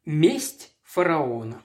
Месть фараона.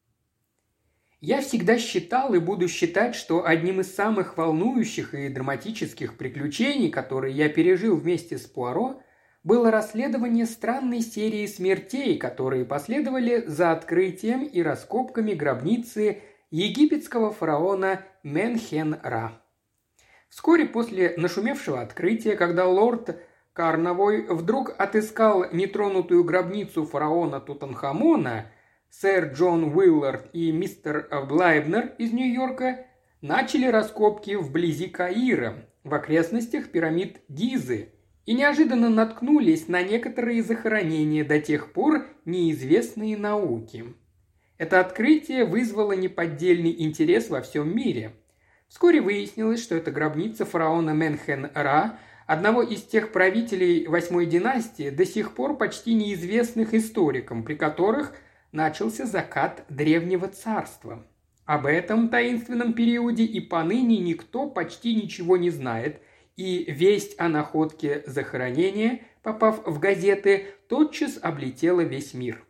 Я всегда считал и буду считать, что одним из самых волнующих и драматических приключений, которые я пережил вместе с Пуаро, было расследование странной серии смертей, которые последовали за открытием и раскопками гробницы египетского фараона Менхен-Ра. Вскоре после нашумевшего открытия, когда лорд Карновой вдруг отыскал нетронутую гробницу фараона Тутанхамона, сэр Джон Уиллард и мистер Блайбнер из Нью-Йорка начали раскопки вблизи Каира, в окрестностях пирамид Гизы, и неожиданно наткнулись на некоторые захоронения, до тех пор неизвестные науке. Это открытие вызвало неподдельный интерес во всем мире. Вскоре выяснилось, что это гробница фараона Менхен-Ра, одного из тех правителей восьмой династии, до сих пор почти неизвестных историкам, при которых начался закат древнего царства. Об этом таинственном периоде и поныне никто почти ничего не знает, и весть о находке захоронения, попав в газеты, тотчас облетела весь мир.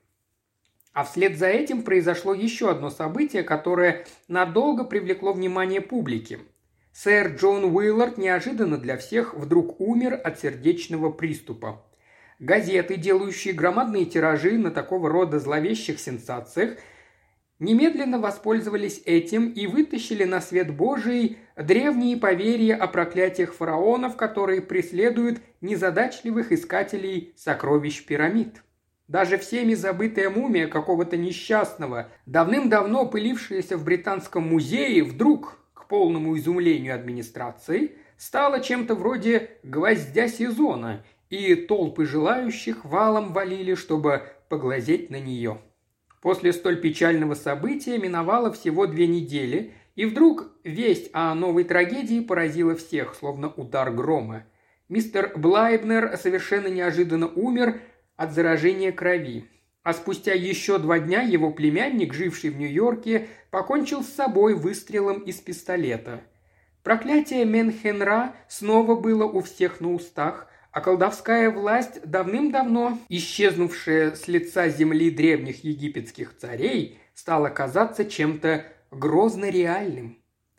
А вслед за этим произошло еще одно событие, которое надолго привлекло внимание публики. Сэр Джон Уиллард неожиданно для всех вдруг умер от сердечного приступа. Газеты, делающие громадные тиражи на такого рода зловещих сенсациях, немедленно воспользовались этим и вытащили на свет Божий древние поверья о проклятиях фараонов, которые преследуют незадачливых искателей сокровищ пирамид. Даже всеми забытая мумия какого-то несчастного, давным-давно пылившаяся в Британском музее, вдруг, к полному изумлению администрации, стала чем-то вроде гвоздя сезона, и толпы желающих валом валили, чтобы поглазеть на нее. После столь печального события миновало всего 2 недели, и вдруг весть о новой трагедии поразила всех, словно удар грома. Мистер Блайбнер совершенно неожиданно умер от заражения крови, а спустя еще 2 дня его племянник, живший в Нью-Йорке, покончил с собой выстрелом из пистолета. Проклятие Менхен-Ра снова было у всех на устах, а колдовская власть, давным-давно исчезнувшая с лица земли древних египетских царей, стала казаться чем-то грозно реальным.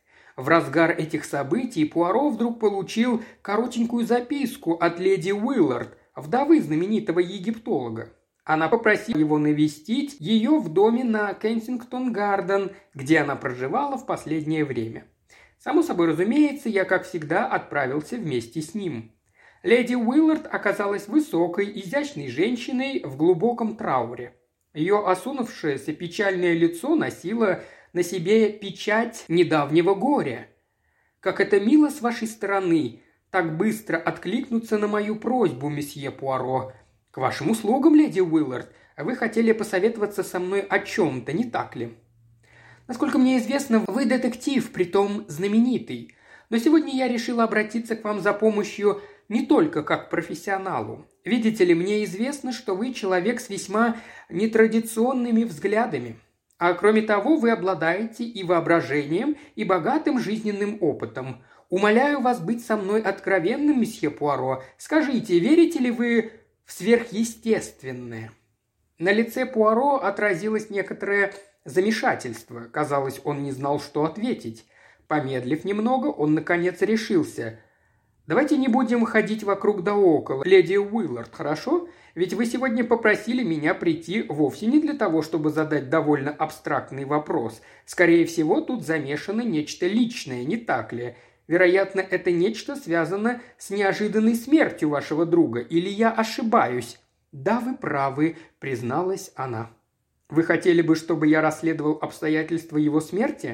В разгар этих событий Пуаро вдруг получил коротенькую записку от леди Уиллард, вдовы знаменитого египтолога. Она попросила его навестить ее в доме на Кенсингтон-Гарден, где она проживала в последнее время. Само собой разумеется, я, как всегда, отправился вместе с ним. Леди Уиллард оказалась высокой, изящной женщиной в глубоком трауре. Ее осунувшееся печальное лицо носило на себе печать недавнего горя. «Как это мило с вашей стороны, так быстро откликнуться на мою просьбу, месье Пуаро. К вашим услугам, леди Уиллард. Вы хотели посоветоваться со мной о чем-то, не так ли? Насколько мне известно, вы детектив, притом знаменитый. Но сегодня я решила обратиться к вам за помощью не только как профессионалу. Видите ли, мне известно, что вы человек с весьма нетрадиционными взглядами. А кроме того, вы обладаете и воображением, и богатым жизненным опытом. Умоляю вас быть со мной откровенным, месье Пуаро. Скажите, верите ли вы в сверхъестественное?» На лице Пуаро отразилось некоторое замешательство. Казалось, он не знал, что ответить. Помедлив немного, он, наконец, решился. «Давайте не будем ходить вокруг да около, леди Уиллард, хорошо? Ведь вы сегодня попросили меня прийти вовсе не для того, чтобы задать довольно абстрактный вопрос. Скорее всего, тут замешано нечто личное, не так ли? Вероятно, это нечто связано с неожиданной смертью вашего друга. Или я ошибаюсь?» «Да, вы правы», – призналась она. «Вы хотели бы, чтобы я расследовал обстоятельства его смерти?»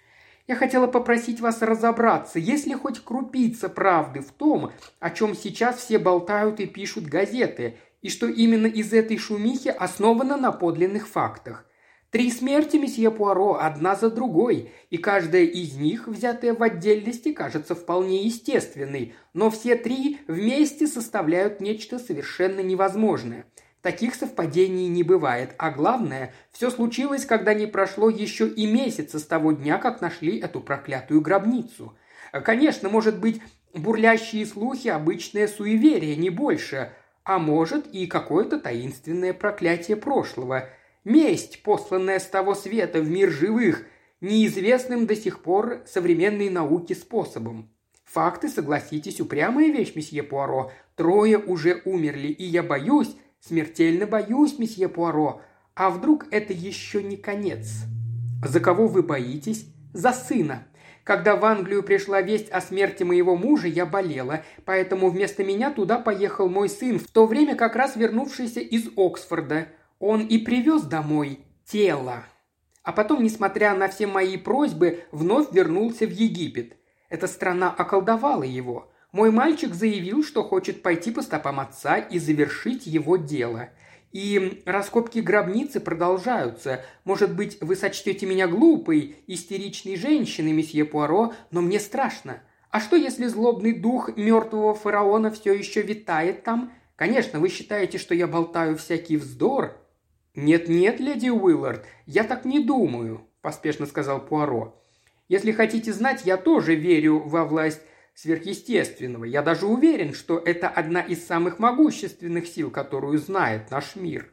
«Я хотела попросить вас разобраться, есть ли хоть крупица правды в том, о чем сейчас все болтают и пишут газеты, и что именно из этой шумихи основано на подлинных фактах. 3 смерти, месье Пуаро, одна за другой, и каждая из них, взятая в отдельности, кажется вполне естественной, но все 3 вместе составляют нечто совершенно невозможное. Таких совпадений не бывает, а главное, все случилось, когда не прошло еще и месяца с того дня, как нашли эту проклятую гробницу. Конечно, может быть, бурлящие слухи – обычное суеверие, не больше, а может и какое-то таинственное проклятие прошлого. Месть, посланная с того света в мир живых, неизвестным до сих пор современной науке способом. Факты, согласитесь, упрямая вещь, месье Пуаро. 3 уже умерли, и я боюсь, смертельно боюсь, месье Пуаро. А вдруг это еще не конец? За кого вы боитесь? За сына. Когда в Англию пришла весть о смерти моего мужа, я болела, поэтому вместо меня туда поехал мой сын, в то время как раз вернувшийся из Оксфорда. Он и привез домой тело. А потом, несмотря на все мои просьбы, вновь вернулся в Египет. Эта страна околдовала его. Мой мальчик заявил, что хочет пойти по стопам отца и завершить его дело. И раскопки гробницы продолжаются. Может быть, вы сочтете меня глупой, истеричной женщиной, месье Пуаро, но мне страшно. А что, если злобный дух мертвого фараона все еще витает там? Конечно, вы считаете, что я болтаю всякий вздор. «Нет-нет, леди Уиллард, я так не думаю», – поспешно сказал Пуаро. «Если хотите знать, я тоже верю во власть сверхъестественного. Я даже уверен, что это одна из самых могущественных сил, которую знает наш мир».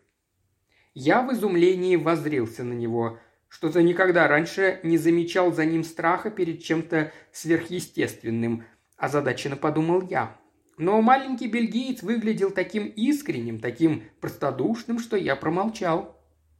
Я в изумлении воззрился на него. Что-то никогда раньше не замечал за ним страха перед чем-то сверхъестественным. Озадаченно подумал я. Но маленький бельгиец выглядел таким искренним, таким простодушным, что я промолчал.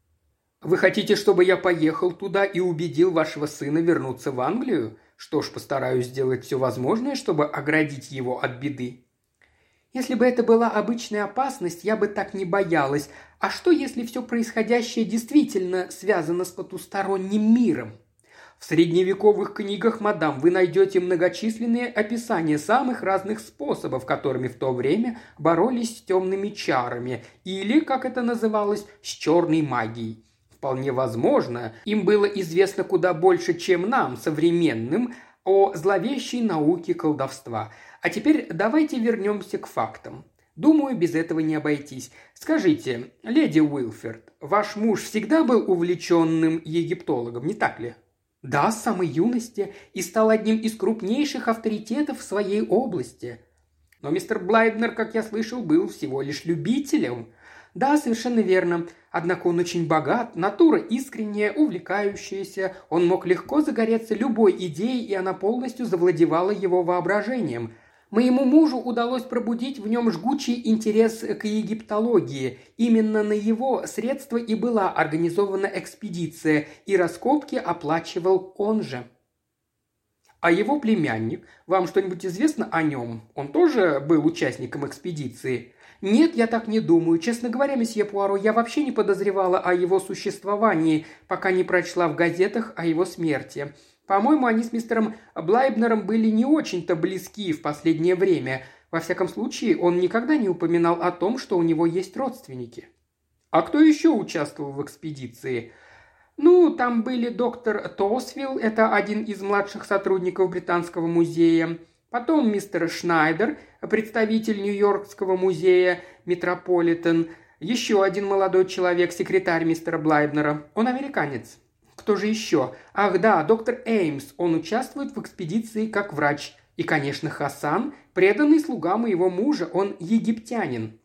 «Вы хотите, чтобы я поехал туда и убедил вашего сына вернуться в Англию? Что ж, постараюсь сделать все возможное, чтобы оградить его от беды». «Если бы это была обычная опасность, я бы так не боялась. А что, если все происходящее действительно связано с потусторонним миром? В средневековых книгах, мадам, вы найдете многочисленные описания самых разных способов, которыми в то время боролись с темными чарами, или, как это называлось, с черной магией. Вполне возможно, им было известно куда больше, чем нам, современным, о зловещей науке колдовства. А теперь давайте вернемся к фактам. Думаю, без этого не обойтись. Скажите, леди Уилфорд, ваш муж всегда был увлеченным египтологом, не так ли?» «Да, с самой юности, и стал одним из крупнейших авторитетов в своей области». «Но мистер Блайбнер, как я слышал, был всего лишь любителем». «Да, совершенно верно. Однако он очень богат, натура искренняя, увлекающаяся. Он мог легко загореться любой идеей, и она полностью завладевала его воображением. Моему мужу удалось пробудить в нем жгучий интерес к египтологии. Именно на его средства и была организована экспедиция, и раскопки оплачивал он же». «А его племянник? Вам что-нибудь известно о нем? Он тоже был участником экспедиции?» «Нет, я так не думаю. Честно говоря, месье Пуаро, я вообще не подозревала о его существовании, пока не прочла в газетах о его смерти. По-моему, они с мистером Блайбнером были не очень-то близки в последнее время. Во всяком случае, он никогда не упоминал о том, что у него есть родственники». «А кто еще участвовал в экспедиции?» «Ну, там были доктор Тосвилл, это один из младших сотрудников Британского музея. Потом мистер Шнайдер, представитель Нью-Йоркского музея Метрополитен. Еще один молодой человек, секретарь мистера Блайбнера. Он американец. Кто же еще? Ах да, доктор Эймс. Он участвует в экспедиции как врач. И, конечно, Хасан, преданный слуга моего мужа. Он египтянин».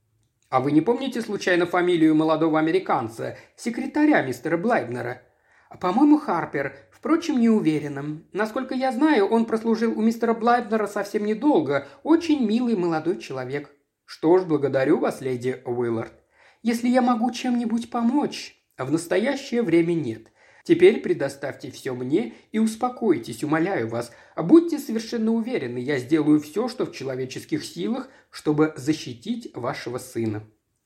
«А вы не помните случайно фамилию молодого американца, секретаря мистера Блайбнера?» «По-моему, Харпер. Впрочем, не уверена. Насколько я знаю, он прослужил у мистера Блайбнера совсем недолго. Очень милый молодой человек». «Что ж, благодарю вас, леди Уиллард. Если я могу чем-нибудь помочь...» «В настоящее время нет. Теперь предоставьте все мне и успокойтесь, умоляю вас. Будьте совершенно уверены, я сделаю все, что в человеческих силах, чтобы защитить вашего сына».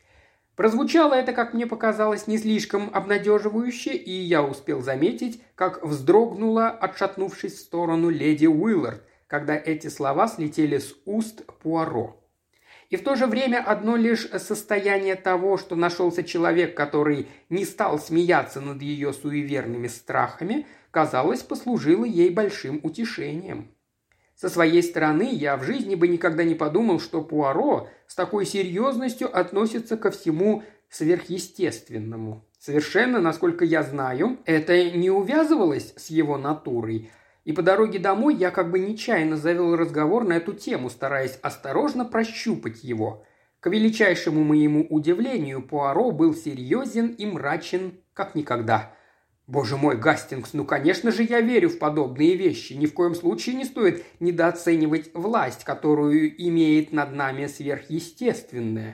Прозвучало это, как мне показалось, не слишком обнадеживающе, и я успел заметить, как вздрогнула, отшатнувшись в сторону, леди Уиллард, когда эти слова слетели с уст Пуаро. И в то же время одно лишь состояние того, что нашелся человек, который не стал смеяться над ее суеверными страхами, казалось, послужило ей большим утешением. Со своей стороны, я в жизни бы никогда не подумал, что Пуаро с такой серьезностью относится ко всему сверхъестественному. Совершенно, насколько я знаю, это не увязывалось с его натурой. И по дороге домой я как бы нечаянно завел разговор на эту тему, стараясь осторожно прощупать его. К величайшему моему удивлению, Пуаро был серьезен и мрачен, как никогда. «Боже мой, Гастингс, ну, конечно же, я верю в подобные вещи. Ни в коем случае не стоит недооценивать власть, которую имеет над нами сверхъестественное».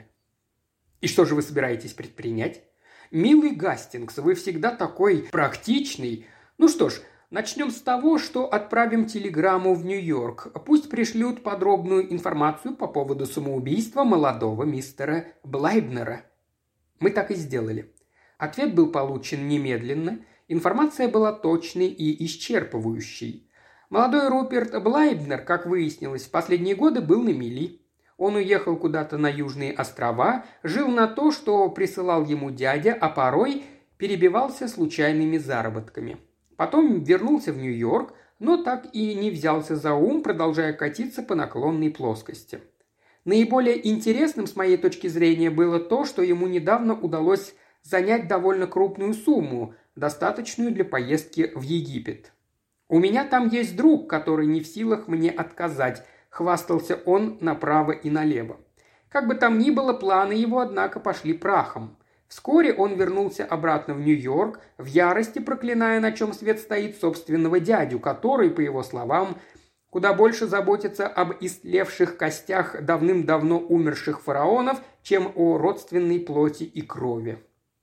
«И что же вы собираетесь предпринять?» «Милый Гастингс, вы всегда такой практичный. Ну что ж, начнем с того, что отправим телеграмму в Нью-Йорк. Пусть пришлют подробную информацию по поводу самоубийства молодого мистера Блайбнера». Мы так и сделали. Ответ был получен немедленно. Информация была точной и исчерпывающей. Молодой Руперт Блайбнер, как выяснилось, в последние годы был на мели. Он уехал куда-то на Южные острова, жил на то, что присылал ему дядя, а порой перебивался случайными заработками. Потом вернулся в Нью-Йорк, но так и не взялся за ум, продолжая катиться по наклонной плоскости. Наиболее интересным, с моей точки зрения, было то, что ему недавно удалось занять довольно крупную сумму, достаточную для поездки в Египет. «У меня там есть друг, который не в силах мне отказать», – хвастался он направо и налево. Как бы там ни было, планы его, однако, пошли прахом. Вскоре он вернулся обратно в Нью-Йорк, в ярости проклиная, на чем свет стоит, собственного дядю, который, по его словам, куда больше заботится об истлевших костях давным-давно умерших фараонов, чем о родственной плоти и крови.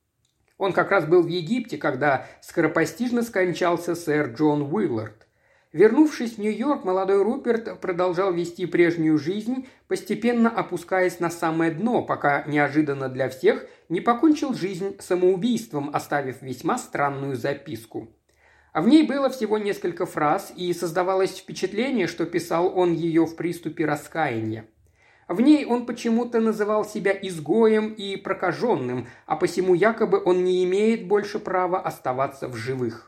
Он как раз был в Египте, когда скоропостижно скончался сэр Джон Уиллард. Вернувшись в Нью-Йорк, молодой Руперт продолжал вести прежнюю жизнь, постепенно опускаясь на самое дно, пока неожиданно для всех не покончил жизнь самоубийством, оставив весьма странную записку. А в ней было всего несколько фраз, и создавалось впечатление, что писал он ее в приступе раскаяния. В ней он почему-то называл себя изгоем и прокаженным, а посему якобы он не имеет больше права оставаться в живых.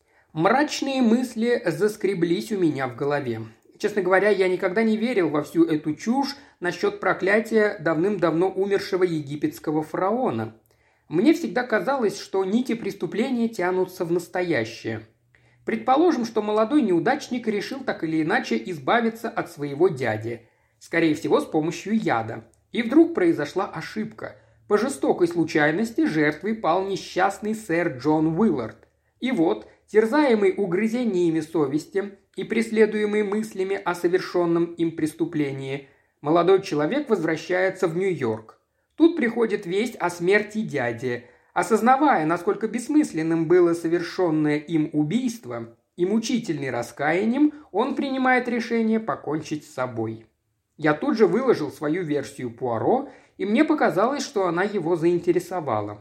Мрачные мысли заскреблись у меня в голове. Честно говоря, я никогда не верил во всю эту чушь насчет проклятия давным-давно умершего египетского фараона. Мне всегда казалось, что нити преступления тянутся в настоящее. Предположим, что молодой неудачник решил так или иначе избавиться от своего дяди. Скорее всего, с помощью яда. И вдруг произошла ошибка. По жестокой случайности жертвой пал несчастный сэр Джон Уиллард. И вот, терзаемый угрызениями совести и преследуемый мыслями о совершенном им преступлении, молодой человек возвращается в Нью-Йорк. Тут приходит весть о смерти дяди. Осознавая, насколько бессмысленным было совершенное им убийство и мучительный раскаянием, он принимает решение покончить с собой. Я тут же выложил свою версию Пуаро, и мне показалось, что она его заинтересовала.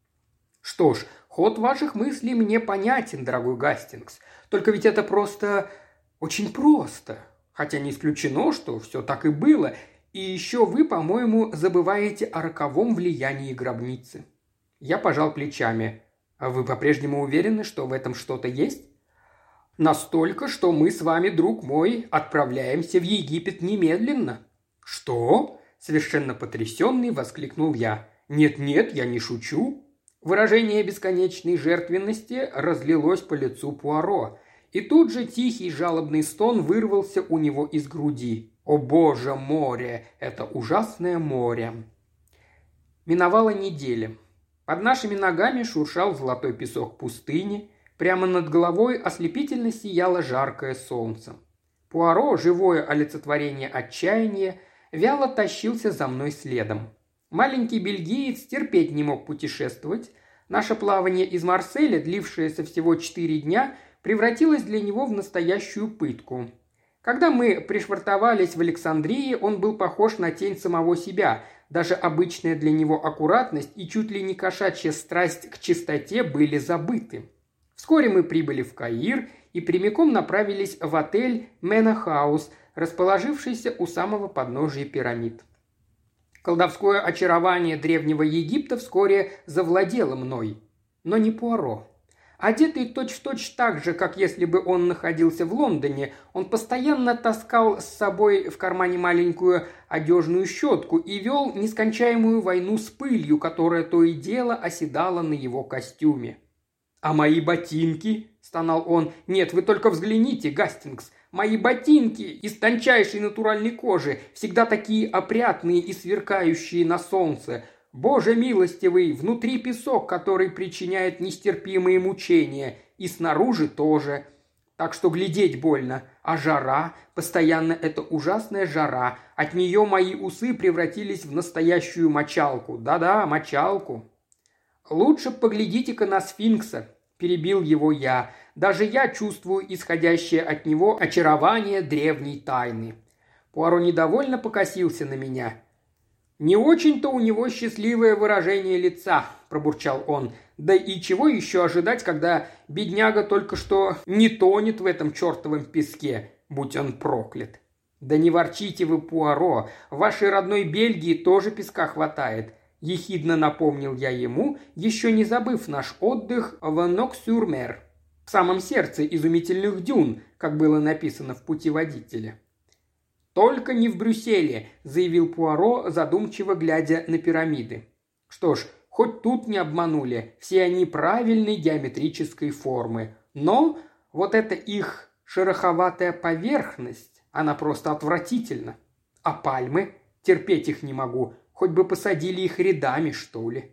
«Что ж, ход ваших мыслей мне понятен, дорогой Гастингс. Только ведь это просто... очень просто. Хотя не исключено, что все так и было. И еще вы, по-моему, забываете о роковом влиянии гробницы». Я пожал плечами. «А вы по-прежнему уверены, что в этом что-то есть?» «Настолько, что мы с вами, друг мой, отправляемся в Египет немедленно». «Что?» – совершенно потрясенный воскликнул я. «Нет-нет, я не шучу». Выражение бесконечной жертвенности разлилось по лицу Пуаро, и тут же тихий жалобный стон вырвался у него из груди. «О боже, море! Это ужасное море!» Миновала неделя. Под нашими ногами шуршал золотой песок пустыни, прямо над головой ослепительно сияло жаркое солнце. Пуаро, живое олицетворение отчаяния, вяло тащился за мной следом. Маленький бельгиец терпеть не мог путешествовать. Наше плавание из Марселя, длившееся всего 4 дня, превратилось для него в настоящую пытку. Когда мы пришвартовались в Александрии, он был похож на тень самого себя. Даже обычная для него аккуратность и чуть ли не кошачья страсть к чистоте были забыты. Вскоре мы прибыли в Каир и прямиком направились в отель Менахаус, расположившийся у самого подножия пирамид. Колдовское очарование древнего Египта вскоре завладело мной, но не Пуаро. Одетый точь-в-точь так же, как если бы он находился в Лондоне, он постоянно таскал с собой в кармане маленькую одежную щетку и вел нескончаемую войну с пылью, которая то и дело оседала на его костюме. «А мои ботинки?» – стонал он. «Нет, вы только взгляните, Гастингс. Мои ботинки из тончайшей натуральной кожи, всегда такие опрятные и сверкающие на солнце. Боже милостивый, внутри песок, который причиняет нестерпимые мучения, и снаружи тоже. Так что глядеть больно. А жара, постоянно эта ужасная жара, от нее мои усы превратились в настоящую мочалку. Да-да, мочалку. «Лучше поглядите-ка на сфинкса», – перебил его я. «Даже я чувствую исходящее от него очарование древней тайны». Пуаро недовольно покосился на меня. «Не очень-то у него счастливое выражение лица», – пробурчал он. «Да и чего еще ожидать, когда бедняга только что не тонет в этом чертовом песке, будь он проклят». «Да не ворчите вы, Пуаро, в вашей родной Бельгии тоже песка хватает», – ехидно напомнил я ему, еще не забыв наш отдых в Нок-сюр-Мер, в самом сердце изумительных дюн, как было написано в путеводителе. «Только не в Брюсселе», – заявил Пуаро, задумчиво глядя на пирамиды. «Что ж, хоть тут не обманули, все они правильной геометрической формы. Но вот эта их шероховатая поверхность, она просто отвратительна. А пальмы? Терпеть их не могу, хоть бы посадили их рядами, что ли».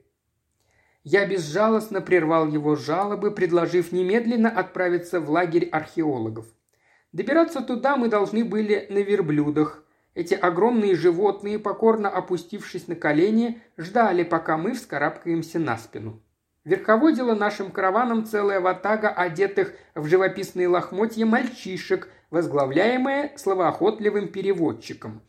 Я безжалостно прервал его жалобы, предложив немедленно отправиться в лагерь археологов. Добираться туда мы должны были на верблюдах. Эти огромные животные, покорно опустившись на колени, ждали, пока мы вскарабкаемся на спину. Верховодила нашим караваном целая ватага одетых в живописные лохмотья мальчишек, возглавляемая словоохотливым переводчиком.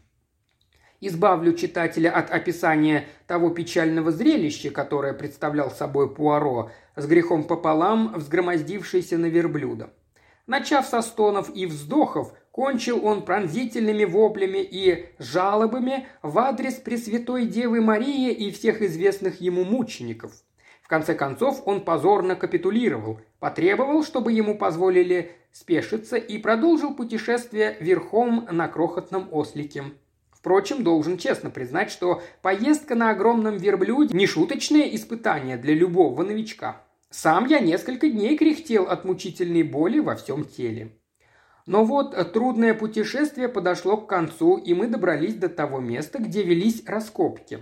Избавлю читателя от описания того печального зрелища, которое представлял собой Пуаро, с грехом пополам взгромоздившийся на верблюда. Начав со стонов и вздохов, кончил он пронзительными воплями и жалобами в адрес Пресвятой Девы Марии и всех известных ему мучеников. В конце концов он позорно капитулировал, потребовал, чтобы ему позволили спешиться, и продолжил путешествие верхом на крохотном ослике. Впрочем, должен честно признать, что поездка на огромном верблюде – нешуточное испытание для любого новичка. Сам я несколько дней кряхтел от мучительной боли во всем теле. Но вот трудное путешествие подошло к концу, и мы добрались до того места, где велись раскопки.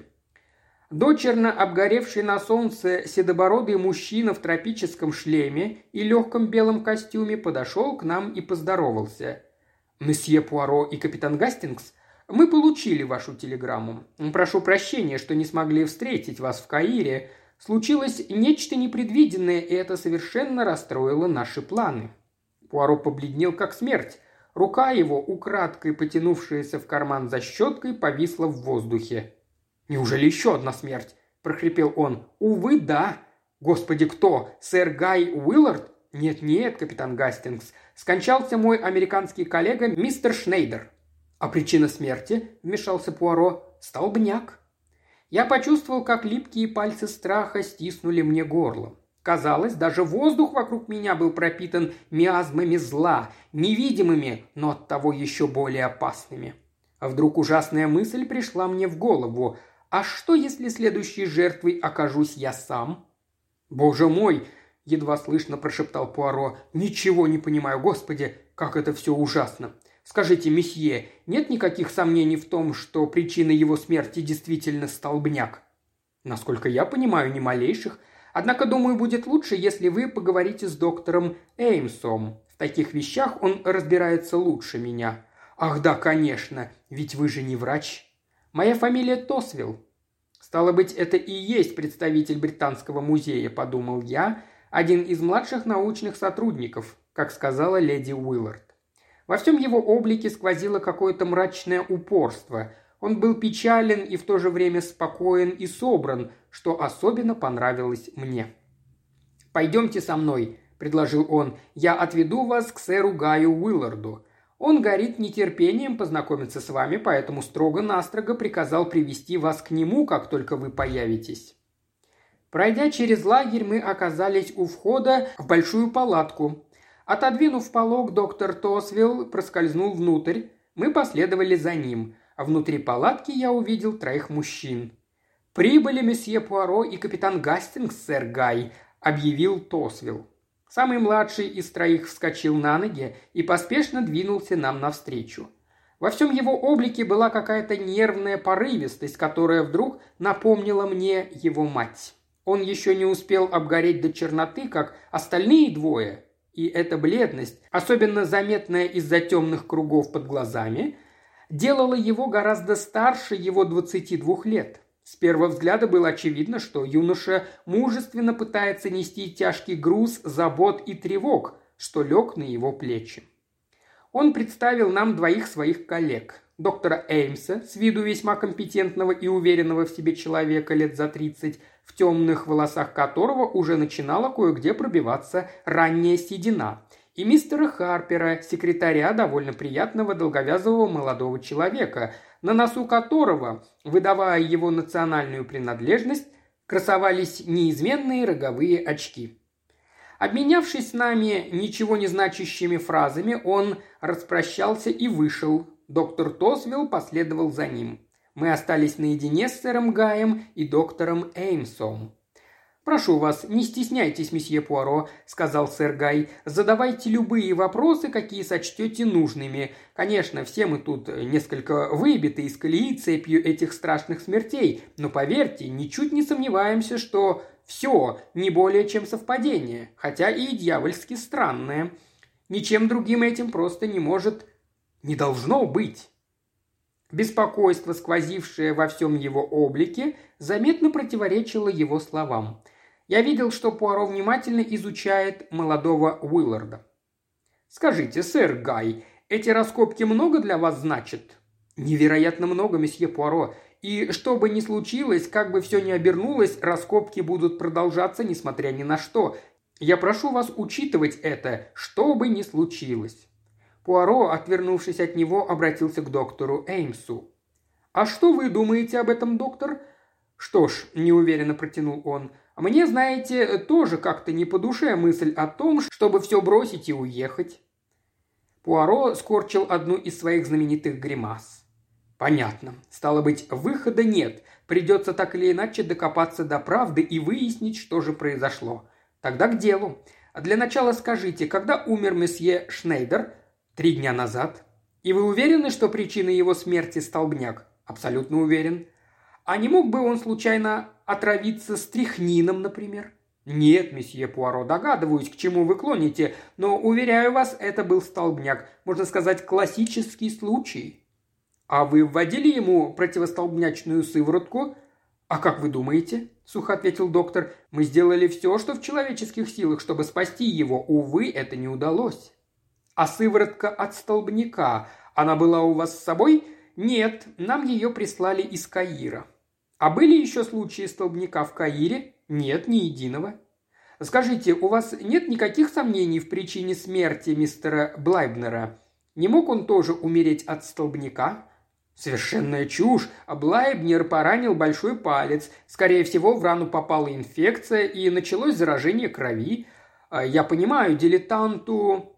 Дочерно обгоревший на солнце седобородый мужчина в тропическом шлеме и легком белом костюме подошел к нам и поздоровался. «Месье Пуаро и капитан Гастингс, мы получили вашу телеграмму. Прошу прощения, что не смогли встретить вас в Каире. Случилось нечто непредвиденное, и это совершенно расстроило наши планы». Пуаро побледнел как смерть. Рука его, украдкой потянувшаяся в карман за щеткой, повисла в воздухе. «Неужели еще одна смерть?» – прохрипел он. «Увы, да. Господи, кто? Сэр Гай Уиллард? Нет-нет, капитан Гастингс. Скончался мой американский коллега мистер Шнейдер». «А причина смерти?» – вмешался Пуаро. «Столбняк». Я почувствовал, как липкие пальцы страха стиснули мне горло. Казалось, даже воздух вокруг меня был пропитан миазмами зла, невидимыми, но оттого еще более опасными. А вдруг ужасная мысль пришла мне в голову. А что, если следующей жертвой окажусь я сам? «Боже мой!» – едва слышно прошептал Пуаро. «Ничего не понимаю, Господи, как это все ужасно! Скажите, месье, нет никаких сомнений в том, что причиной его смерти действительно столбняк?» «Насколько я понимаю, ни малейших. Однако, думаю, будет лучше, если вы поговорите с доктором Эймсом. В таких вещах он разбирается лучше меня». «Ах да, конечно, ведь вы же не врач». «Моя фамилия Тосвилл». «Стало быть, это и есть представитель Британского музея», – подумал я, один из младших научных сотрудников, как сказала леди Уиллард. Во всем его облике сквозило какое-то мрачное упорство. Он был печален и в то же время спокоен и собран, что особенно понравилось мне. «Пойдемте со мной», – предложил он. «Я отведу вас к сэру Гаю Уилларду. Он горит нетерпением познакомиться с вами, поэтому строго-настрого приказал привести вас к нему, как только вы появитесь». Пройдя через лагерь, мы оказались у входа в большую палатку. Отодвинув полог, доктор Тосвилл проскользнул внутрь. Мы последовали за ним. А внутри палатки я увидел 3 мужчин. «Прибыли месье Пуаро и капитан Гастингс, сэр Гай», – объявил Тосвилл. Самый младший из троих вскочил на ноги и поспешно двинулся нам навстречу. Во всем его облике была какая-то нервная порывистость, которая вдруг напомнила мне его мать. Он еще не успел обгореть до черноты, как остальные двое, и эта бледность, особенно заметная из-за темных кругов под глазами, делала его гораздо старше его 22 лет. С первого взгляда было очевидно, что юноша мужественно пытается нести тяжкий груз забот и тревог, что лег на его плечи. Он представил нам двоих своих коллег. Доктора Эймса, с виду весьма компетентного и уверенного в себе человека лет за 30, в темных волосах которого уже начинала кое-где пробиваться ранняя седина, и мистера Харпера, секретаря довольно приятного долговязого молодого человека, на носу которого, выдавая его национальную принадлежность, красовались неизменные роговые очки. Обменявшись с нами ничего не значащими фразами, он распрощался и вышел. Доктор Тосвилл последовал за ним. Мы остались наедине с сэром Гаем и доктором Эймсом. «Прошу вас, не стесняйтесь, месье Пуаро», – сказал сэр Гай. «Задавайте любые вопросы, какие сочтете нужными. Конечно, все мы тут несколько выбиты из колеи цепью этих страшных смертей, но поверьте, ничуть не сомневаемся, что все не более чем совпадение, хотя и дьявольски странное. Ничем другим этим просто не должно быть». Беспокойство, сквозившее во всем его облике, заметно противоречило его словам. Я видел, что Пуаро внимательно изучает молодого Уилларда. «Скажите, сэр Гай, эти раскопки много для вас значат?» «Невероятно много, месье Пуаро. И что бы ни случилось, как бы все ни обернулось, раскопки будут продолжаться, несмотря ни на что. Я прошу вас учитывать это, что бы ни случилось». Пуаро, отвернувшись от него, обратился к доктору Эймсу. «А что вы думаете об этом, доктор?» «Что ж», – неуверенно протянул он, – «мне, знаете, тоже как-то не по душе мысль о том, чтобы все бросить и уехать». Пуаро скорчил одну из своих знаменитых гримас. «Понятно. Стало быть, выхода нет. Придется так или иначе докопаться до правды и выяснить, что же произошло. Тогда к делу. Для начала скажите, когда умер месье Шнейдер?» 3 дня назад. И вы уверены, что причиной его смерти столбняк? Абсолютно уверен. А не мог бы он случайно отравиться стрихнином, например? Нет, месье Пуаро, догадываюсь, к чему вы клоните, но, уверяю вас, это был столбняк, можно сказать, классический случай. А вы вводили ему противостолбнячную сыворотку? А как вы думаете? Сухо ответил доктор. Мы сделали все, что в человеческих силах, чтобы спасти его. Увы, это не удалось. А сыворотка от столбняка, она была у вас с собой? Нет, нам ее прислали из Каира. А были еще случаи столбняка в Каире? Нет, ни единого. Скажите, у вас нет никаких сомнений в причине смерти мистера Блайбнера? Не мог он тоже умереть от столбняка? Совершенная чушь. Блайбнер поранил большой палец. Скорее всего, в рану попала инфекция и началось заражение крови. Я понимаю, дилетанту,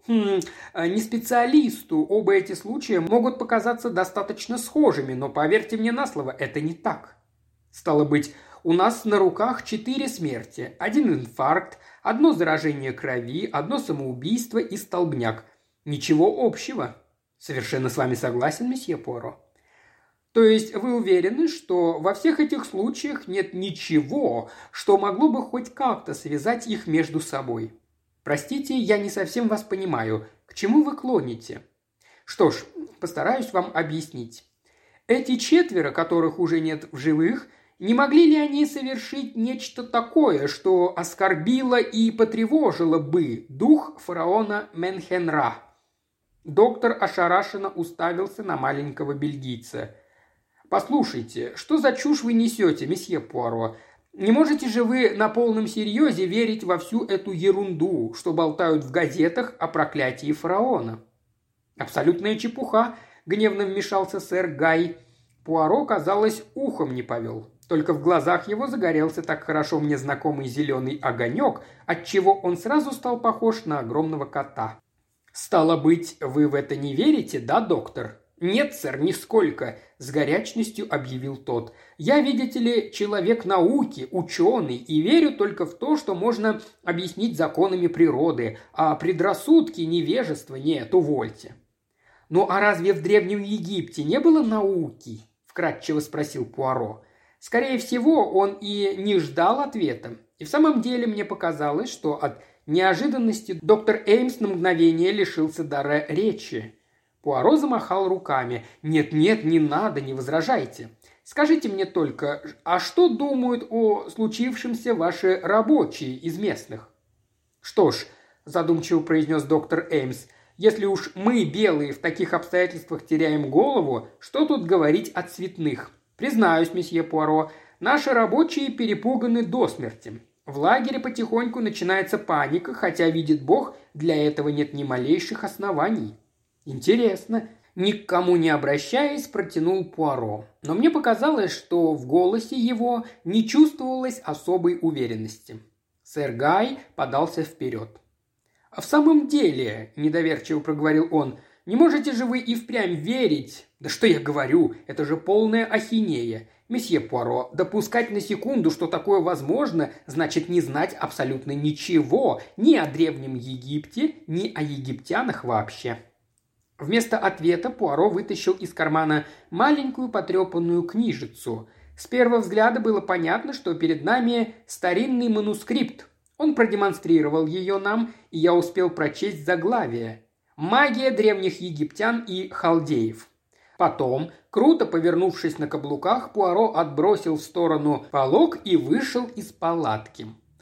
не специалисту, оба эти случая могут показаться достаточно схожими, но поверьте мне на слово, это не так. Стало быть, у нас на руках 4 смерти, 1 инфаркт, 1 заражение крови, 1 самоубийство и столбняк. Ничего общего. Совершенно с вами согласен, месье Пуаро. То есть вы уверены, что во всех этих случаях нет ничего, что могло бы хоть как-то связать их между собой? Простите, я не совсем вас понимаю. К чему вы клоните? Что ж, постараюсь вам объяснить. Эти 4, которых уже нет в живых, не могли ли они совершить нечто такое, что оскорбило и потревожило бы дух фараона Менхенра? Доктор ошарашенно уставился на маленького бельгийца. «Послушайте, что за чушь вы несете, месье Пуаро? Не можете же вы на полном серьезе верить во всю эту ерунду, что болтают в газетах о проклятии фараона?» «Абсолютная чепуха», – гневно вмешался сэр Гай. Пуаро, казалось, ухом не повел. Только в глазах его загорелся так хорошо мне знакомый зеленый огонек, отчего он сразу стал похож на огромного кота. «Стало быть, вы в это не верите, да, доктор?» «Нет, сэр, нисколько», – с горячностью объявил тот. «Я, видите ли, человек науки, ученый, и верю только в то, что можно объяснить законами природы, а предрассудки, невежества нет, увольте». «Ну а разве в Древнем Египте не было науки?» – вкратчиво спросил Пуаро. Скорее всего, он и не ждал ответа. И в самом деле мне показалось, что от неожиданности доктор Эймс на мгновение лишился дара речи. Пуаро замахал руками. «Нет-нет, не надо, не возражайте. Скажите мне только, а что думают о случившемся ваши рабочие из местных?» «Что ж», – задумчиво произнес доктор Эймс, – «если уж мы, белые, в таких обстоятельствах теряем голову, что тут говорить о цветных? Признаюсь, месье Пуаро, наши рабочие перепуганы до смерти. В лагере потихоньку начинается паника, хотя, видит Бог, для этого нет ни малейших оснований». «Интересно», – ни к кому не обращаясь, протянул Пуаро. Но мне показалось, что в голосе его не чувствовалось особой уверенности. Сэр Гай подался вперед. «А в самом деле», – недоверчиво проговорил он, – «не можете же вы и впрямь верить?» «Да что я говорю, это же полная ахинея. Месье Пуаро, допускать на секунду, что такое возможно, значит не знать абсолютно ничего ни о Древнем Египте, ни о египтянах вообще». Вместо ответа Пуаро вытащил из кармана маленькую потрепанную книжицу. С первого взгляда было понятно, что перед нами старинный манускрипт. Он продемонстрировал ее нам, и я успел прочесть заглавие: «Магия древних египтян и халдеев». Потом, круто повернувшись на каблуках, Пуаро отбросил в сторону полог и вышел из палатки.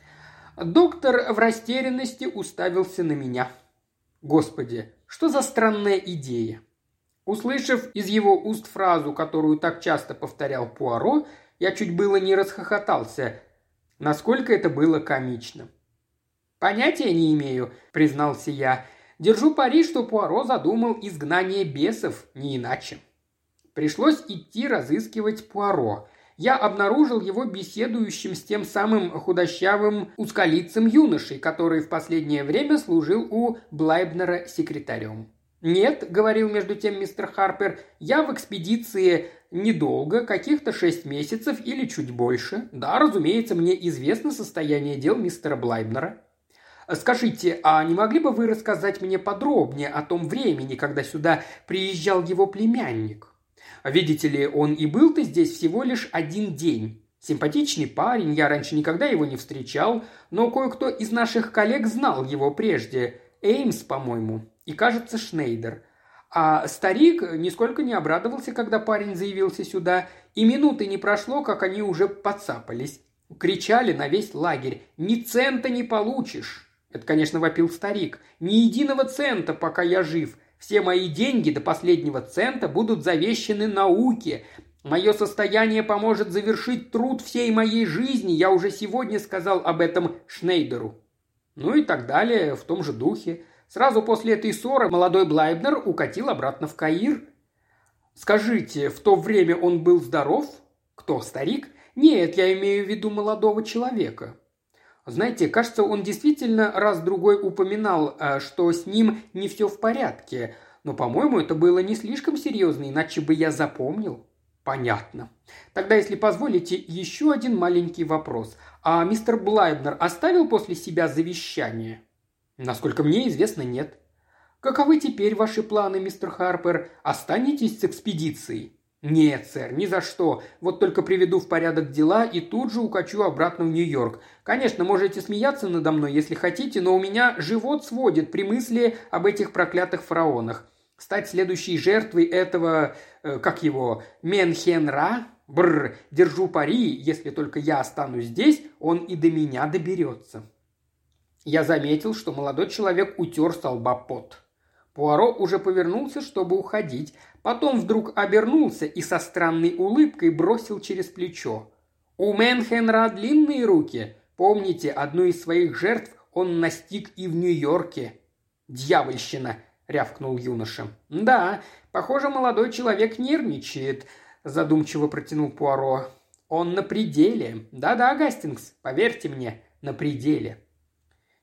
Доктор в растерянности уставился на меня. Господи, что за странная идея? Услышав из его уст фразу, которую так часто повторял Пуаро, я чуть было не расхохотался. Насколько это было комично. «Понятия не имею», – признался я. «Держу пари, что Пуаро задумал изгнание бесов, не иначе». Пришлось идти разыскивать Пуаро. Я обнаружил его беседующим с тем самым худощавым узколицым юношей, который в последнее время служил у Блайбнера секретарем. «Нет», – говорил между тем мистер Харпер, – «я в экспедиции недолго, каких-то 6 месяцев или чуть больше. Да, разумеется, мне известно состояние дел мистера Блайбнера». «Скажите, а не могли бы вы рассказать мне подробнее о том времени, когда сюда приезжал его племянник? Видите ли, он и был-то здесь всего лишь 1 день. Симпатичный парень, я раньше никогда его не встречал, но кое-кто из наших коллег знал его прежде. Эймс, по-моему, и, кажется, Шнейдер. А старик нисколько не обрадовался, когда парень заявился сюда, и минуты не прошло, как они уже подцапались. Кричали на весь лагерь: «Ни цента не получишь!» Это, конечно, вопил старик. «Ни единого цента, пока я жив. Все мои деньги до последнего цента будут завещены науке. Мое состояние поможет завершить труд всей моей жизни. Я уже сегодня сказал об этом Шнейдеру». Ну и так далее, в том же духе. Сразу после этой ссоры молодой Блайбнер укатил обратно в Каир. «Скажите, в то время он был здоров?» «Кто, старик?» «Нет, я имею в виду молодого человека». Знаете, кажется, он действительно раз-другой упоминал, что с ним не все в порядке. Но, по-моему, это было не слишком серьезно, иначе бы я запомнил. Понятно. Тогда, если позволите, еще один маленький вопрос. А мистер Блайбнер оставил после себя завещание? Насколько мне известно, нет. Каковы теперь ваши планы, мистер Харпер? Останетесь с экспедицией? «Нет, сэр, ни за что. Вот только приведу в порядок дела и тут же укачу обратно в Нью-Йорк. Конечно, можете смеяться надо мной, если хотите, но у меня живот сводит при мысли об этих проклятых фараонах. Стать следующей жертвой этого, Менхен-Ра? Бррр, держу пари, если только я останусь здесь, он и до меня доберется». Я заметил, что молодой человек утер со лба пот. Пуаро уже повернулся, чтобы уходить, потом вдруг обернулся и со странной улыбкой бросил через плечо: «У Менхенра длинные руки. Помните, одну из своих жертв он настиг и в Нью-Йорке». «Дьявольщина!» – рявкнул юноша. «Да, похоже, молодой человек нервничает», – задумчиво протянул Пуаро. «Он на пределе. Да-да, Гастингс, поверьте мне, на пределе».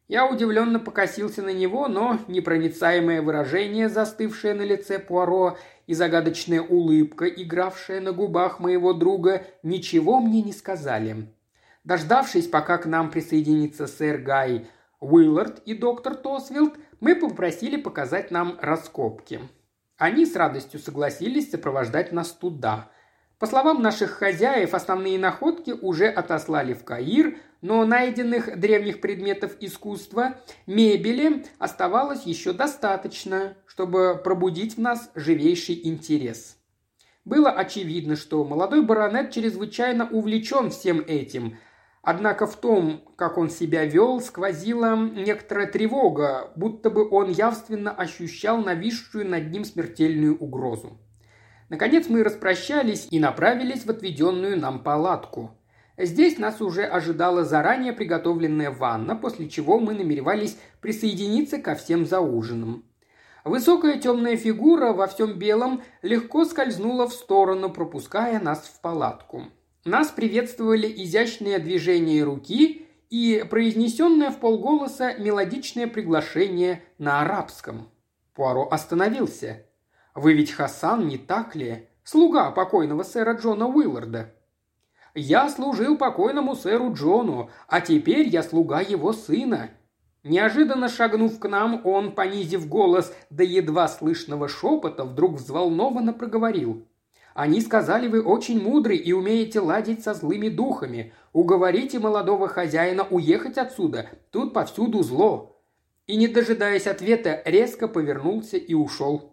Я удивленно покосился на него, но непроницаемое выражение, застывшее на лице Пуаро, и загадочная улыбка, игравшая на губах моего друга, ничего мне не сказали. Дождавшись, пока к нам присоединится сэр Гай Уиллард и доктор Тосвилд, мы попросили показать нам раскопки. Они с радостью согласились сопровождать нас туда. По словам наших хозяев, основные находки уже отослали в Каир, но найденных древних предметов искусства, мебели оставалось еще достаточно, чтобы пробудить в нас живейший интерес. Было очевидно, что молодой баронет чрезвычайно увлечен всем этим, однако в том, как он себя вел, сквозила некоторая тревога, будто бы он явственно ощущал нависшую над ним смертельную угрозу. Наконец мы распрощались и направились в отведенную нам палатку. Здесь нас уже ожидала заранее приготовленная ванна, после чего мы намеревались присоединиться ко всем за ужином. Высокая темная фигура во всем белом легко скользнула в сторону, пропуская нас в палатку. Нас приветствовали изящные движения руки и произнесенное вполголоса мелодичное приглашение на арабском. Пуаро остановился. «Вы ведь Хасан, не так ли? Слуга покойного сэра Джона Уилларда». «Я служил покойному сэру Джону, а теперь я слуга его сына». Неожиданно шагнув к нам, он, понизив голос до едва слышного шепота, вдруг взволнованно проговорил. «Они сказали, вы очень мудрый и умеете ладить со злыми духами. Уговорите молодого хозяина уехать отсюда, тут повсюду зло». И, не дожидаясь ответа, резко повернулся и ушел.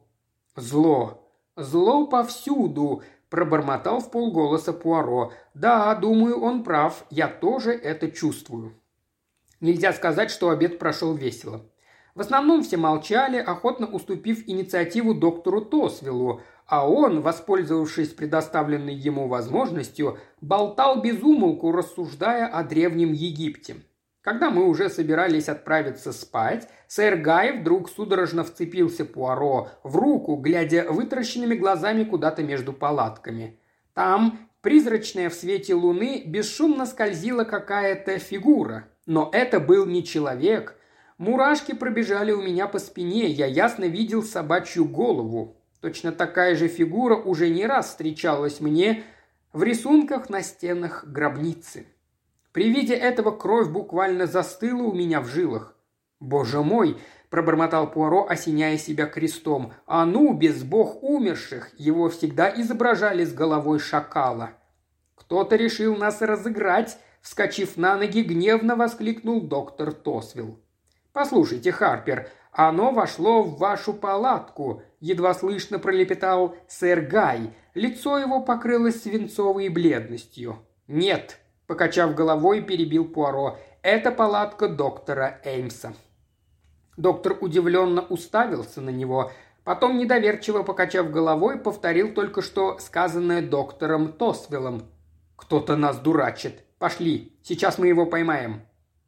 «Зло! Зло повсюду!» – пробормотал вполголоса Пуаро. «Да, думаю, он прав. Я тоже это чувствую». Нельзя сказать, что обед прошел весело. В основном все молчали, охотно уступив инициативу доктору Тосвиллу, а он, воспользовавшись предоставленной ему возможностью, болтал без умолку, рассуждая о Древнем Египте. Когда мы уже собирались отправиться спать, сэр Гай вдруг судорожно вцепился Пуаро в руку, глядя вытаращенными глазами куда-то между палатками. Там, призрачная в свете луны, бесшумно скользила какая-то фигура. Но это был не человек. Мурашки пробежали у меня по спине, я ясно видел собачью голову. Точно такая же фигура уже не раз встречалась мне в рисунках на стенах гробницы. При виде этого кровь буквально застыла у меня в жилах. «Боже мой!» – пробормотал Пуаро, осеняя себя крестом. «Анубис, бог умерших! Его всегда изображали с головой шакала». «Кто-то решил нас разыграть!» – вскочив на ноги, гневно воскликнул доктор Тосвилл. «Послушайте, Харпер, оно вошло в вашу палатку!» – едва слышно пролепетал сэр Гай. Лицо его покрылось свинцовой бледностью. «Нет!» – покачав головой, перебил Пуаро. «Это палатка доктора Эймса». Доктор удивленно уставился на него, потом, недоверчиво покачав головой, повторил только что сказанное доктором Тосвиллом. «Кто-то нас дурачит. Пошли, сейчас мы его поймаем».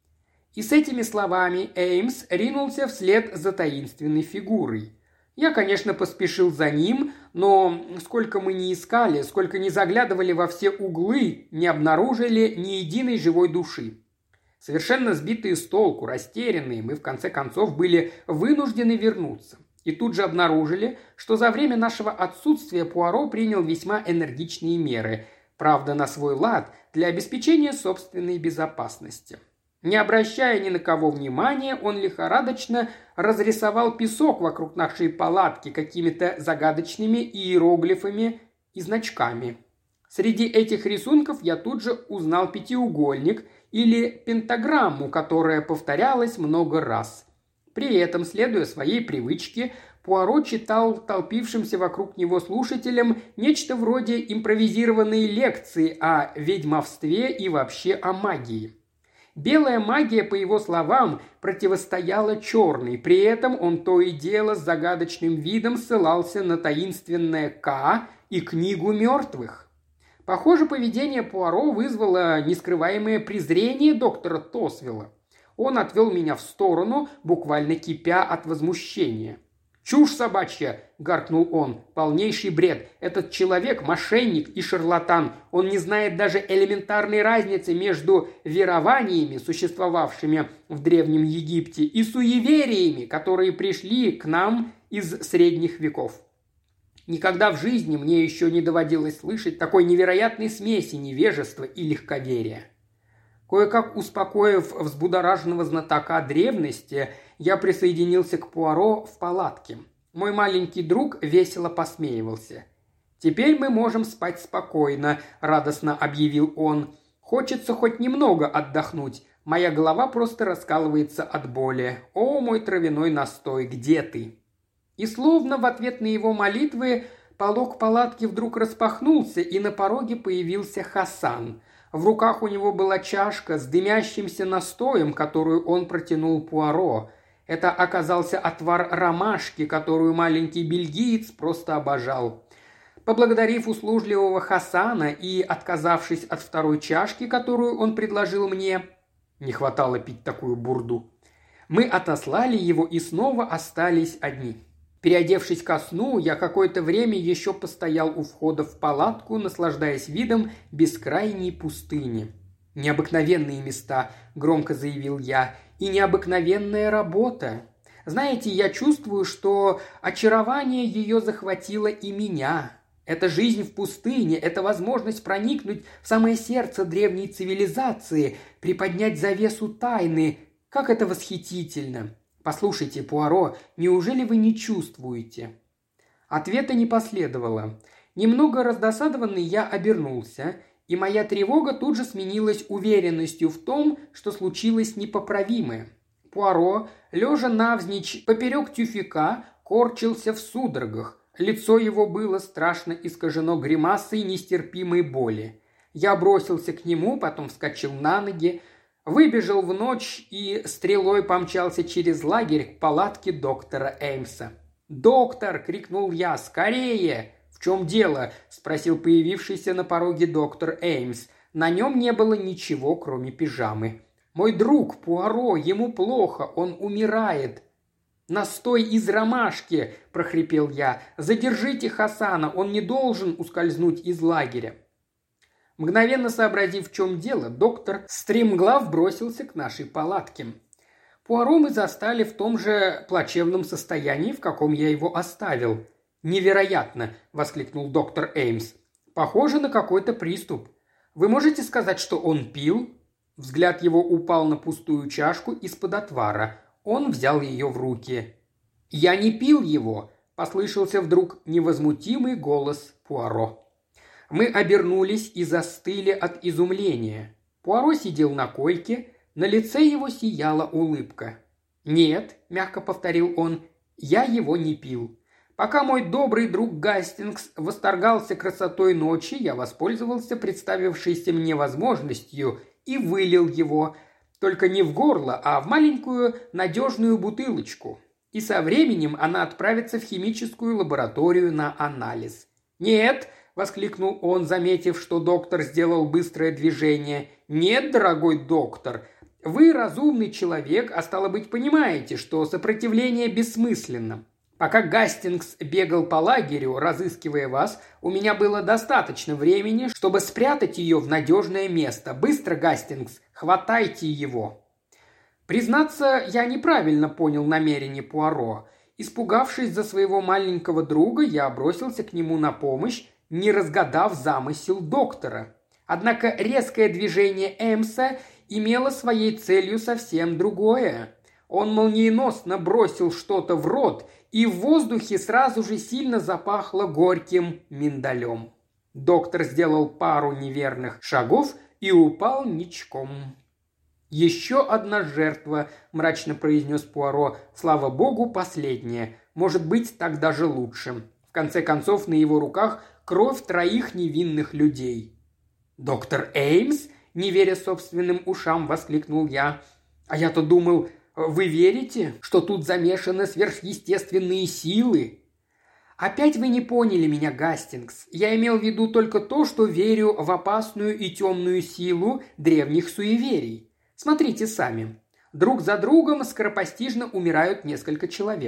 И с этими словами Эймс ринулся вслед за таинственной фигурой. Я, конечно, поспешил за ним, но сколько мы ни искали, сколько ни заглядывали во все углы, не обнаружили ни единой живой души. Совершенно сбитые с толку, растерянные, мы в конце концов были вынуждены вернуться. И тут же обнаружили, что за время нашего отсутствия Пуаро принял весьма энергичные меры, правда, на свой лад, для обеспечения собственной безопасности. Не обращая ни на кого внимания, он лихорадочно разрисовал песок вокруг нашей палатки какими-то загадочными иероглифами и значками. Среди этих рисунков я тут же узнал пятиугольник или пентаграмму, которая повторялась много раз. При этом, следуя своей привычке, Пуаро читал толпившимся вокруг него слушателям нечто вроде импровизированной лекции о ведьмовстве и вообще о магии. Белая магия, по его словам, противостояла черной, при этом он то и дело с загадочным видом ссылался на таинственное Ка и книгу мертвых. Похоже, поведение Пуаро вызвало нескрываемое презрение доктора Тосвилла. Он отвел меня в сторону, буквально кипя от возмущения. «Чушь собачья!» – гаркнул он. «Полнейший бред. Этот человек – мошенник и шарлатан. Он не знает даже элементарной разницы между верованиями, существовавшими в Древнем Египте, и суевериями, которые пришли к нам из средних веков. Никогда в жизни мне еще не доводилось слышать такой невероятной смеси невежества и легковерия». Кое-как успокоив взбудораженного знатока древности, я присоединился к Пуаро в палатке. Мой маленький друг весело посмеивался. «Теперь мы можем спать спокойно», – радостно объявил он. «Хочется хоть немного отдохнуть. Моя голова просто раскалывается от боли. О, мой травяной настой, где ты?» И словно в ответ на его молитвы полог палатки вдруг распахнулся, и на пороге появился Хасан. В руках у него была чашка с дымящимся настоем, которую он протянул Пуаро. Это оказался отвар ромашки, которую маленький бельгиец просто обожал. Поблагодарив услужливого Хасана и отказавшись от второй чашки, которую он предложил мне, не хватало пить такую бурду, мы отослали его и снова остались одни. Переодевшись ко сну, я какое-то время еще постоял у входа в палатку, наслаждаясь видом бескрайней пустыни. «Необыкновенные места», – громко заявил я, – «и необыкновенная работа. Знаете, я чувствую, что очарование ее захватило и меня. Это жизнь в пустыне, это возможность проникнуть в самое сердце древней цивилизации, приподнять завесу тайны. Как это восхитительно! Послушайте, Пуаро, неужели вы не чувствуете?» Ответа не последовало. Немного раздосадованный я обернулся, и моя тревога тут же сменилась уверенностью в том, что случилось непоправимое. Пуаро, лежа навзничь поперек тюфяка, корчился в судорогах. Лицо его было страшно искажено гримасой нестерпимой боли. Я бросился к нему, потом вскочил на ноги, выбежал в ночь и стрелой помчался через лагерь к палатке доктора Эймса. «Доктор!» – крикнул я. «Скорее!» «В чем дело?» – спросил появившийся на пороге доктор Эймс. На нем не было ничего, кроме пижамы. «Мой друг Пуаро, ему плохо, он умирает». «Настой из ромашки!» – прохрипел я. «Задержите Хасана, он не должен ускользнуть из лагеря». Мгновенно сообразив, в чем дело, доктор стремглав бросился к нашей палатке. Пуаро мы застали в том же плачевном состоянии, в каком я его оставил. «Невероятно!» – воскликнул доктор Эймс. «Похоже на какой-то приступ. Вы можете сказать, что он пил?» Взгляд его упал на пустую чашку из-под отвара. Он взял ее в руки. «Я не пил его!» – послышался вдруг невозмутимый голос Пуаро. Мы обернулись и застыли от изумления. Пуаро сидел на койке, на лице его сияла улыбка. «Нет», – мягко повторил он, – «я его не пил. Пока мой добрый друг Гастингс восторгался красотой ночи, я воспользовался представившейся мне возможностью и вылил его, только не в горло, а в маленькую надежную бутылочку. И со временем она отправится в химическую лабораторию на анализ». «Нет», – воскликнул он, заметив, что доктор сделал быстрое движение. «Нет, дорогой доктор, вы разумный человек, а стало быть, понимаете, что сопротивление бессмысленно. Пока Гастингс бегал по лагерю, разыскивая вас, у меня было достаточно времени, чтобы спрятать ее в надежное место. Быстро, Гастингс, хватайте его». Признаться, я неправильно понял намерение Пуаро. Испугавшись за своего маленького друга, я бросился к нему на помощь, не разгадав замысел доктора. Однако резкое движение Эмса имело своей целью совсем другое. Он молниеносно бросил что-то в рот, и в воздухе сразу же сильно запахло горьким миндалем. Доктор сделал пару неверных шагов и упал ничком. «Еще одна жертва», – мрачно произнес Пуаро. «Слава богу, последняя. Может быть, так даже лучше. В конце концов, на его руках кровь 3 невинных людей». «Доктор Эймс?» – не веря собственным ушам, воскликнул я. «А я-то думал, вы верите, что тут замешаны сверхъестественные силы?» «Опять вы не поняли меня, Гастингс. Я имел в виду только то, что верю в опасную и темную силу древних суеверий. Смотрите сами. Друг за другом скоропостижно умирают несколько человек.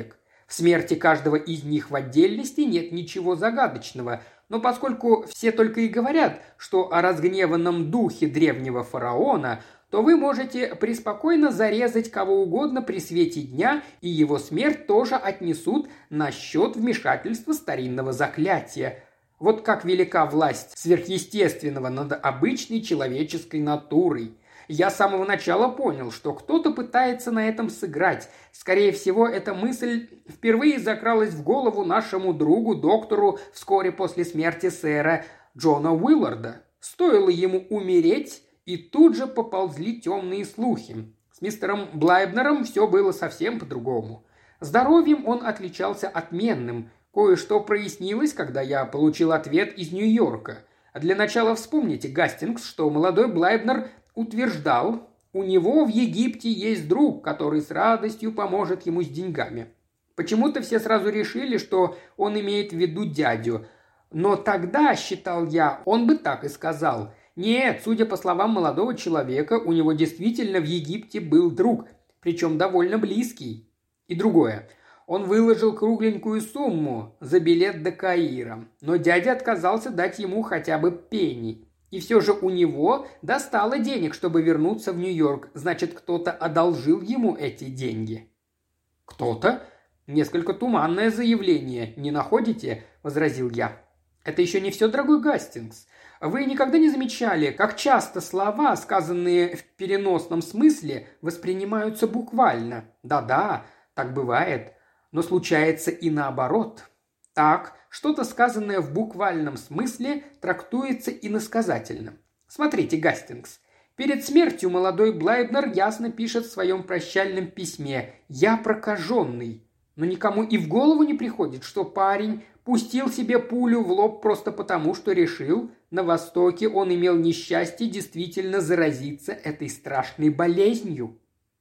В смерти каждого из них в отдельности нет ничего загадочного, но поскольку все только и говорят, что о разгневанном духе древнего фараона, то вы можете преспокойно зарезать кого угодно при свете дня, и его смерть тоже отнесут на счет вмешательства старинного заклятия. Вот как велика власть сверхъестественного над обычной человеческой натурой. Я с самого начала понял, что кто-то пытается на этом сыграть. Скорее всего, эта мысль впервые закралась в голову нашему другу-доктору вскоре после смерти сэра Джона Уилларда. Стоило ему умереть, и тут же поползли темные слухи. С мистером Блайбнером все было совсем по-другому. Здоровьем он отличался отменным. Кое-что прояснилось, когда я получил ответ из Нью-Йорка. Для начала вспомните, Гастингс, что молодой Блайбнер утверждал, у него в Египте есть друг, который с радостью поможет ему с деньгами. Почему-то все сразу решили, что он имеет в виду дядю. Но тогда, считал я, он бы так и сказал. Нет, судя по словам молодого человека, у него действительно в Египте был друг, причем довольно близкий. И другое. Он выложил кругленькую сумму за билет до Каира, но дядя отказался дать ему хотя бы пенни. И все же у него достало денег, чтобы вернуться в Нью-Йорк. Значит, кто-то одолжил ему эти деньги. «Кто-то?» «Несколько туманное заявление, не находите?» – возразил я. «Это еще не все, дорогой Гастингс. Вы никогда не замечали, как часто слова, сказанные в переносном смысле, воспринимаются буквально? Да-да, так бывает. Но случается и наоборот. Так, что-то сказанное в буквальном смысле трактуется иносказательно. Смотрите, Гастингс. Перед смертью молодой Блайбнер ясно пишет в своем прощальном письме «Я прокаженный». Но никому и в голову не приходит, что парень пустил себе пулю в лоб просто потому, что решил, на Востоке он имел несчастье действительно заразиться этой страшной болезнью.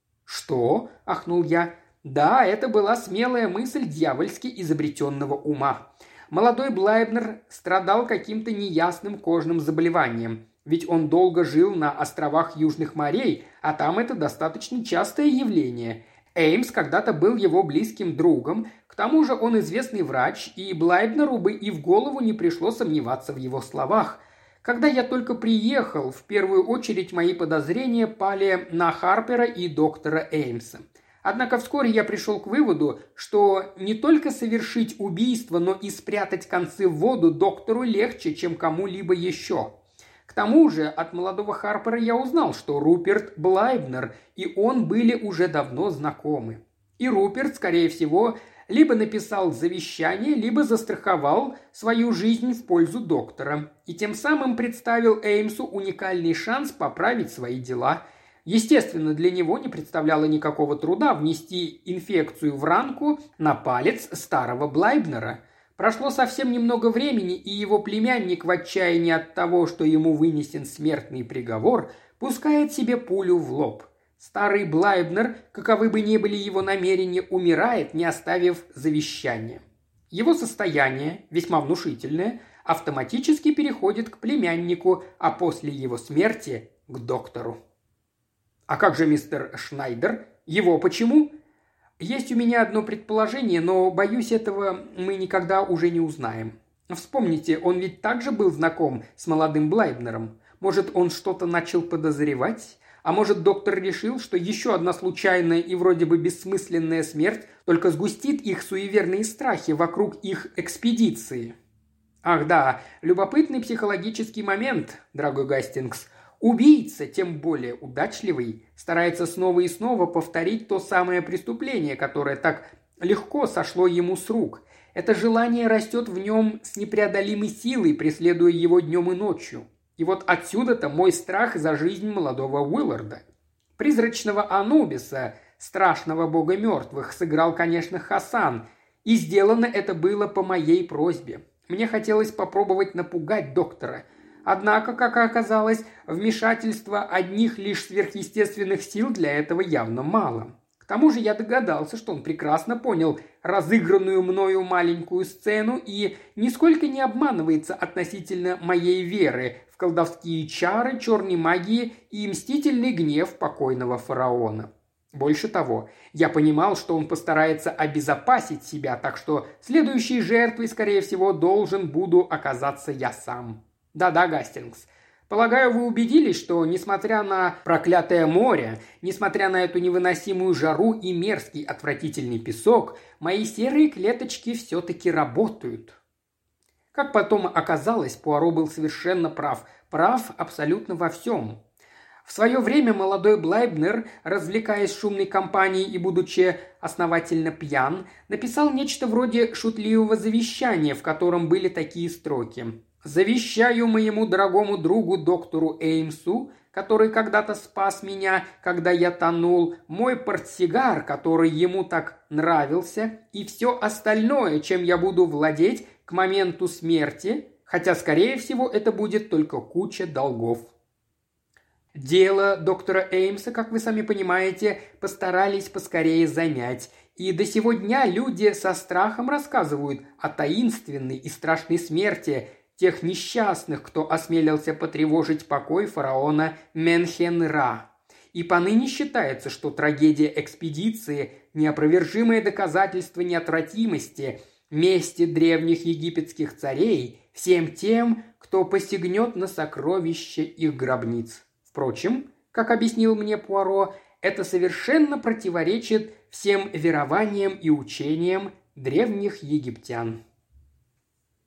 «Что?» – ахнул я. Да, это была смелая мысль дьявольски изобретенного ума. Молодой Блайбнер страдал каким-то неясным кожным заболеванием, ведь он долго жил на островах Южных морей, а там это достаточно частое явление. Эймс когда-то был его близким другом, к тому же он известный врач, и Блайбнеру бы и в голову не пришло сомневаться в его словах. Когда я только приехал, в первую очередь мои подозрения пали на Харпера и доктора Эймса. Однако вскоре я пришел к выводу, что не только совершить убийство, но и спрятать концы в воду доктору легче, чем кому-либо еще. К тому же от молодого Харпера я узнал, что Руперт Блайбнер и он были уже давно знакомы. И Руперт, скорее всего, либо написал завещание, либо застраховал свою жизнь в пользу доктора. И тем самым представил Эймсу уникальный шанс поправить свои дела. Естественно, для него не представляло никакого труда внести инфекцию в ранку на палец старого Блайбнера. Прошло совсем немного времени, и его племянник в отчаянии от того, что ему вынесен смертный приговор, пускает себе пулю в лоб. Старый Блайбнер, каковы бы ни были его намерения, умирает, не оставив завещания. Его состояние, весьма внушительное, автоматически переходит к племяннику, а после его смерти – к доктору. А как же мистер Шнайдер? Его почему? Есть у меня одно предположение, но, боюсь, этого мы никогда уже не узнаем. Вспомните, он ведь также был знаком с молодым Блайбнером. Может, он что-то начал подозревать? А может, доктор решил, что еще одна случайная и вроде бы бессмысленная смерть только сгустит их суеверные страхи вокруг их экспедиции? Ах да, любопытный психологический момент, дорогой Гастингс. Убийца, тем более удачливый, старается снова и снова повторить то самое преступление, которое так легко сошло ему с рук. Это желание растет в нем с непреодолимой силой, преследуя его днем и ночью. И вот отсюда-то мой страх за жизнь молодого Уилларда. Призрачного Анубиса, страшного бога мертвых, сыграл, конечно, Хасан, и сделано это было по моей просьбе. Мне хотелось попробовать напугать доктора. Однако, как оказалось, вмешательства одних лишь сверхъестественных сил для этого явно мало. К тому же я догадался, что он прекрасно понял разыгранную мною маленькую сцену и нисколько не обманывается относительно моей веры в колдовские чары, черной магии и мстительный гнев покойного фараона. Больше того, я понимал, что он постарается обезопасить себя, так что следующей жертвой, скорее всего, должен буду оказаться я сам. Да-да, Гастингс. Полагаю, вы убедились, что, несмотря на проклятое море, несмотря на эту невыносимую жару и мерзкий отвратительный песок, мои серые клеточки все-таки работают. Как потом оказалось, Пуаро был совершенно прав. Прав абсолютно во всем. В свое время молодой Блайбнер, развлекаясь в шумной компанией и будучи основательно пьян, написал нечто вроде шутливого завещания, в котором были такие строки. «Завещаю моему дорогому другу доктору Эймсу, который когда-то спас меня, когда я тонул, мой портсигар, который ему так нравился, и все остальное, чем я буду владеть к моменту смерти, хотя, скорее всего, это будет только куча долгов». Дело доктора Эймса, как вы сами понимаете, постарались поскорее замять, и до сего дня люди со страхом рассказывают о таинственной и страшной смерти тех несчастных, кто осмелился потревожить покой фараона Менхен-Ра. И поныне считается, что трагедия экспедиции – неопровержимое доказательство неотвратимости, мести древних египетских царей всем тем, кто посягнет на сокровища их гробниц. Впрочем, как объяснил мне Пуаро, это совершенно противоречит всем верованиям и учениям древних египтян.